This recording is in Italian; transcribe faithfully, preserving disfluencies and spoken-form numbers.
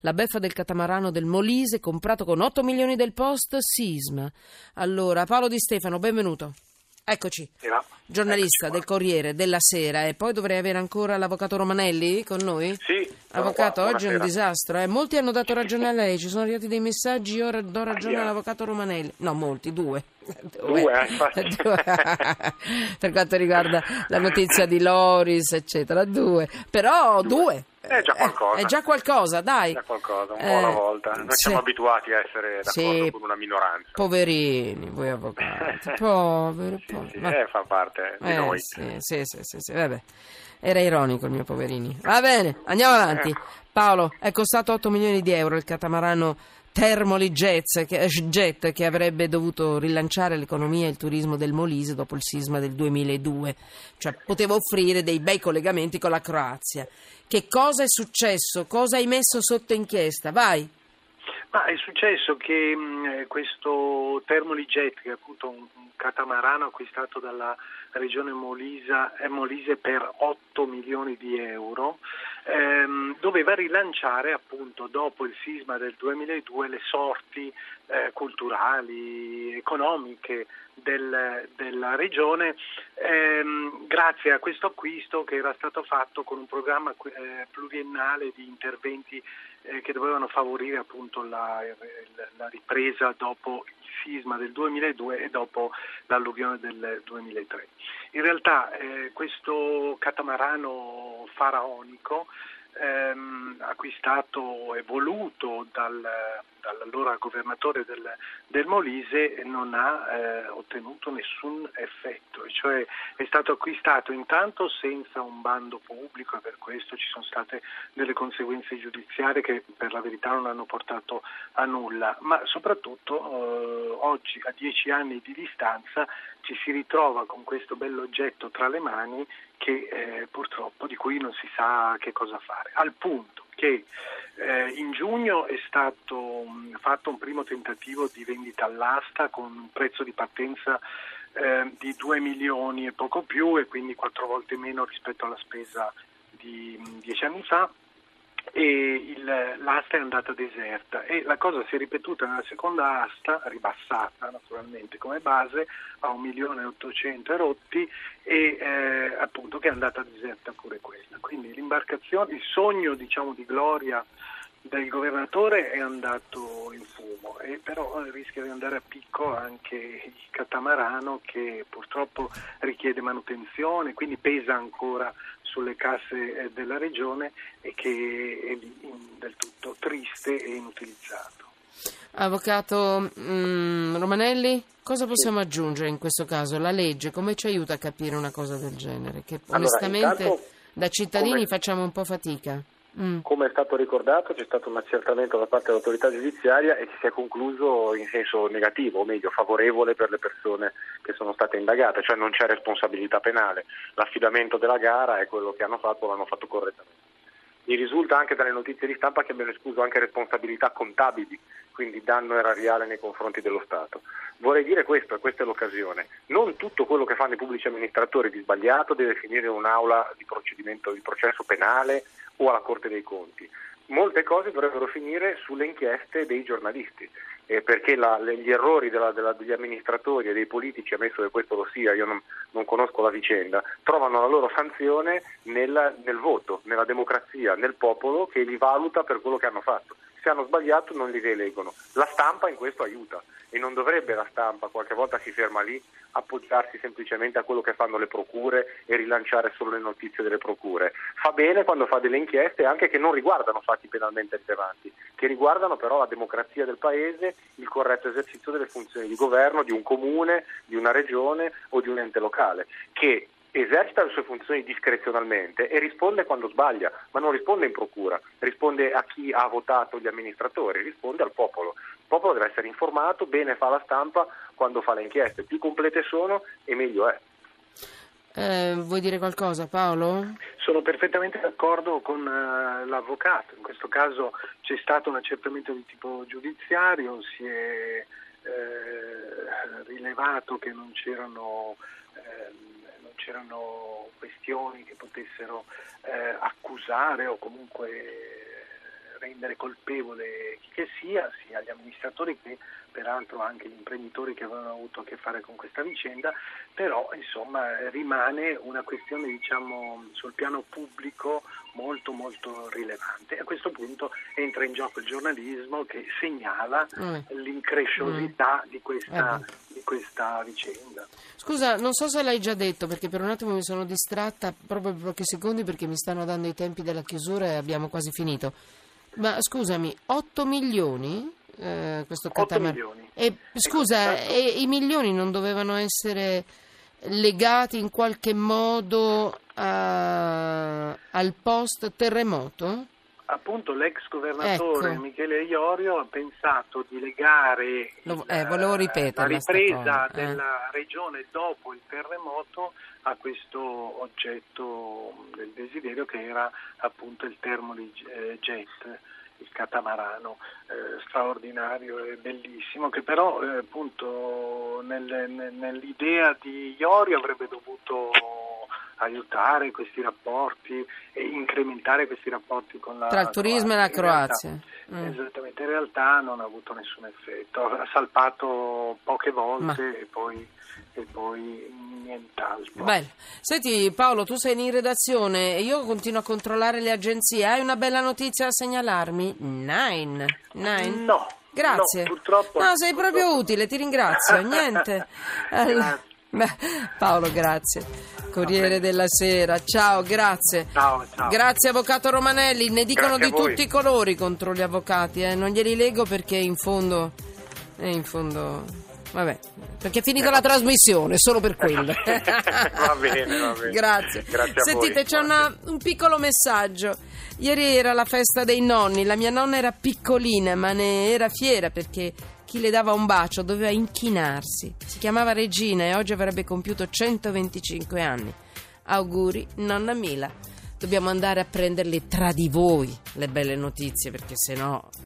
La beffa del catamarano del Molise comprato con otto milioni del post sisma. Allora, Paolo Di Stefano, benvenuto. Eccoci, giornalista Eccoci del Corriere, della Sera, e poi dovrei avere ancora l'avvocato Romanelli con noi? Sì. Avvocato, Qua, oggi è un disastro, eh? Molti hanno dato ragione a lei, ci sono arrivati dei messaggi, io do ragione yeah. all'avvocato Romanelli. No, molti, due. Due, due eh, infatti. Due. Per quanto riguarda la notizia di Loris, eccetera, due. Però due. due. È già qualcosa. È già qualcosa, dai. È già qualcosa, un po' eh, alla volta. Noi sì. siamo abituati a essere d'accordo sì. con una minoranza. Poverini, voi avvocati. Poveri, sì, poveri. sì, Ma... eh, fa parte di eh, noi. Sì, sì, sì, sì, sì, vabbè. Era ironico il mio poverini. Va bene, andiamo avanti. Paolo, è costato otto milioni di euro il catamarano Termoli Jets, che, Jet che avrebbe dovuto rilanciare l'economia e il turismo del Molise dopo il sisma del duemiladue. Cioè, poteva offrire dei bei collegamenti con la Croazia. Che cosa è successo? Cosa hai messo sotto inchiesta? Vai. Ma è successo che mh, questo Termoli Jet, che è appunto un, un catamarano acquistato dalla regione Molisa, eh, Molise per otto milioni di euro, ehm, doveva rilanciare appunto dopo il sisma del duemiladue le sorti eh, culturali, economiche del, della regione, ehm, grazie a questo acquisto che era stato fatto con un programma eh, pluriennale di interventi eh, che dovevano favorire appunto la, la ripresa dopo il sisma del duemiladue e dopo l'alluvione del duemilatré. In realtà eh, questo catamarano faraonico ehm, acquistato e voluto dal, dall'allora governatore del, del Molise non ha eh, ottenuto nessun effetto, cioè è stato acquistato intanto senza un bando pubblico e per questo ci sono state delle conseguenze giudiziarie che per la verità non hanno portato a nulla, ma soprattutto eh, oggi a dieci anni di distanza ci si ritrova con questo bell'oggetto tra le mani che eh, purtroppo di cui non si sa che cosa fare, al punto che eh, in giugno è stato mh, fatto un primo tentativo di vendita all'asta con un prezzo di partenza eh, di due milioni e poco più e quindi quattro volte meno rispetto alla spesa di mh, dieci anni fa. E il, l'asta è andata deserta e la cosa si è ripetuta nella seconda asta, ribassata naturalmente come base a un milione e ottocento rotti e eh, appunto che è andata deserta pure quella. Quindi l'imbarcazione, il sogno diciamo di gloria del governatore è andato in fumo e però rischia di andare a picco anche il catamarano che purtroppo richiede manutenzione, quindi pesa ancora sulle casse della regione e che è del tutto triste e inutilizzato. Avvocato mm, Romanelli, cosa possiamo sì. aggiungere in questo caso? La legge come ci aiuta a capire una cosa del genere? Che allora, onestamente intanto, da cittadini come, facciamo un po' fatica. Mm. Come è stato ricordato c'è stato un accertamento da parte dell'autorità giudiziaria e che si è concluso in senso negativo, o meglio favorevole per le persone che sono state indagate, cioè non c'è responsabilità penale, l'affidamento della gara è quello che hanno fatto, l'hanno fatto correttamente. Mi risulta anche dalle notizie di stampa che abbiano escluso anche responsabilità contabili, quindi danno erariale nei confronti dello Stato. Vorrei dire questo, e questa è l'occasione, non tutto quello che fanno i pubblici amministratori di sbagliato deve finire in un'aula di procedimento, di processo penale o alla Corte dei Conti. Molte cose dovrebbero finire sulle inchieste dei giornalisti, eh, perché la, le, gli errori della, della, degli amministratori e dei politici, ammesso che questo lo sia, io non, non conosco la vicenda, trovano la loro sanzione nel, nel voto, nella democrazia, nel popolo che li valuta per quello che hanno fatto. Se hanno sbagliato non li rieleggono. La stampa in questo aiuta e non dovrebbe la stampa, qualche volta si ferma lì, appoggiarsi semplicemente a quello che fanno le procure e rilanciare solo le notizie delle procure. Fa bene quando fa delle inchieste anche che non riguardano fatti penalmente rilevanti, che riguardano però la democrazia del paese, il corretto esercizio delle funzioni di governo di un comune, di una regione o di un ente locale, che esercita le sue funzioni discrezionalmente e risponde quando sbaglia, ma non risponde in procura, risponde a chi ha votato gli amministratori, risponde al popolo. Il popolo deve essere informato, bene fa la stampa quando fa le inchieste, più complete sono e meglio è. Eh, vuoi dire qualcosa, Paolo? Sono perfettamente d'accordo con uh, l'avvocato, in questo caso c'è stato un accertamento di tipo giudiziario, si è eh, rilevato che non c'erano eh, c'erano questioni che potessero eh, accusare o comunque rendere colpevole chi che sia, sia gli amministratori che peraltro anche gli imprenditori che avevano avuto a che fare con questa vicenda, però insomma rimane una questione, diciamo, sul piano pubblico molto molto rilevante. A questo punto entra in gioco il giornalismo che segnala mm. l'incresciosità mm. di questa eh di questa vicenda. Scusa, non so se l'hai già detto, perché per un attimo mi sono distratta proprio per pochi secondi, perché mi stanno dando i tempi della chiusura e abbiamo quasi finito. Ma scusami, otto milioni? Eh, questo catamarano. E scusa, ecco, e i milioni non dovevano essere legati in qualche modo a, al post terremoto? Appunto l'ex governatore ecco. Michele Iorio ha pensato di legare Lo, eh, volevo la ripresa eh. della regione dopo il terremoto a questo oggetto del desiderio che era appunto il Thermojet, il catamarano eh, straordinario e bellissimo, che però eh, appunto nel, nel, nell'idea di Iorio avrebbe dovuto aiutare questi rapporti e incrementare questi rapporti con la tra il turismo Croazia. e la Croazia. Mm. Esattamente, in realtà non ha avuto nessun effetto, ha salpato poche volte Ma. e poi e poi nient'altro. Bello. Senti Paolo, tu sei in redazione e io continuo a controllare le agenzie. Hai una bella notizia da segnalarmi? Nine. Nine? No. Grazie. No, purtroppo. No, sei purtroppo. proprio utile, ti ringrazio. Niente. Allora, beh, Paolo, grazie. Corriere della Sera, ciao, grazie. Ciao, ciao. Grazie avvocato Romanelli, ne dicono Grazie di tutti i colori contro gli avvocati, eh. Non glieli leggo perché in fondo, eh, in fondo, vabbè, perché è finita eh, la trasmissione, solo per quello. Va bene, va bene. Grazie. Grazie a Sentite, voi. c'è una, un piccolo messaggio. Ieri era la festa dei nonni, la mia nonna era piccolina ma ne era fiera perché chi le dava un bacio doveva inchinarsi. Si chiamava Regina e oggi avrebbe compiuto centoventicinque anni. Auguri, nonna Mila. Dobbiamo andare a prenderle tra di voi le belle notizie, perché sennò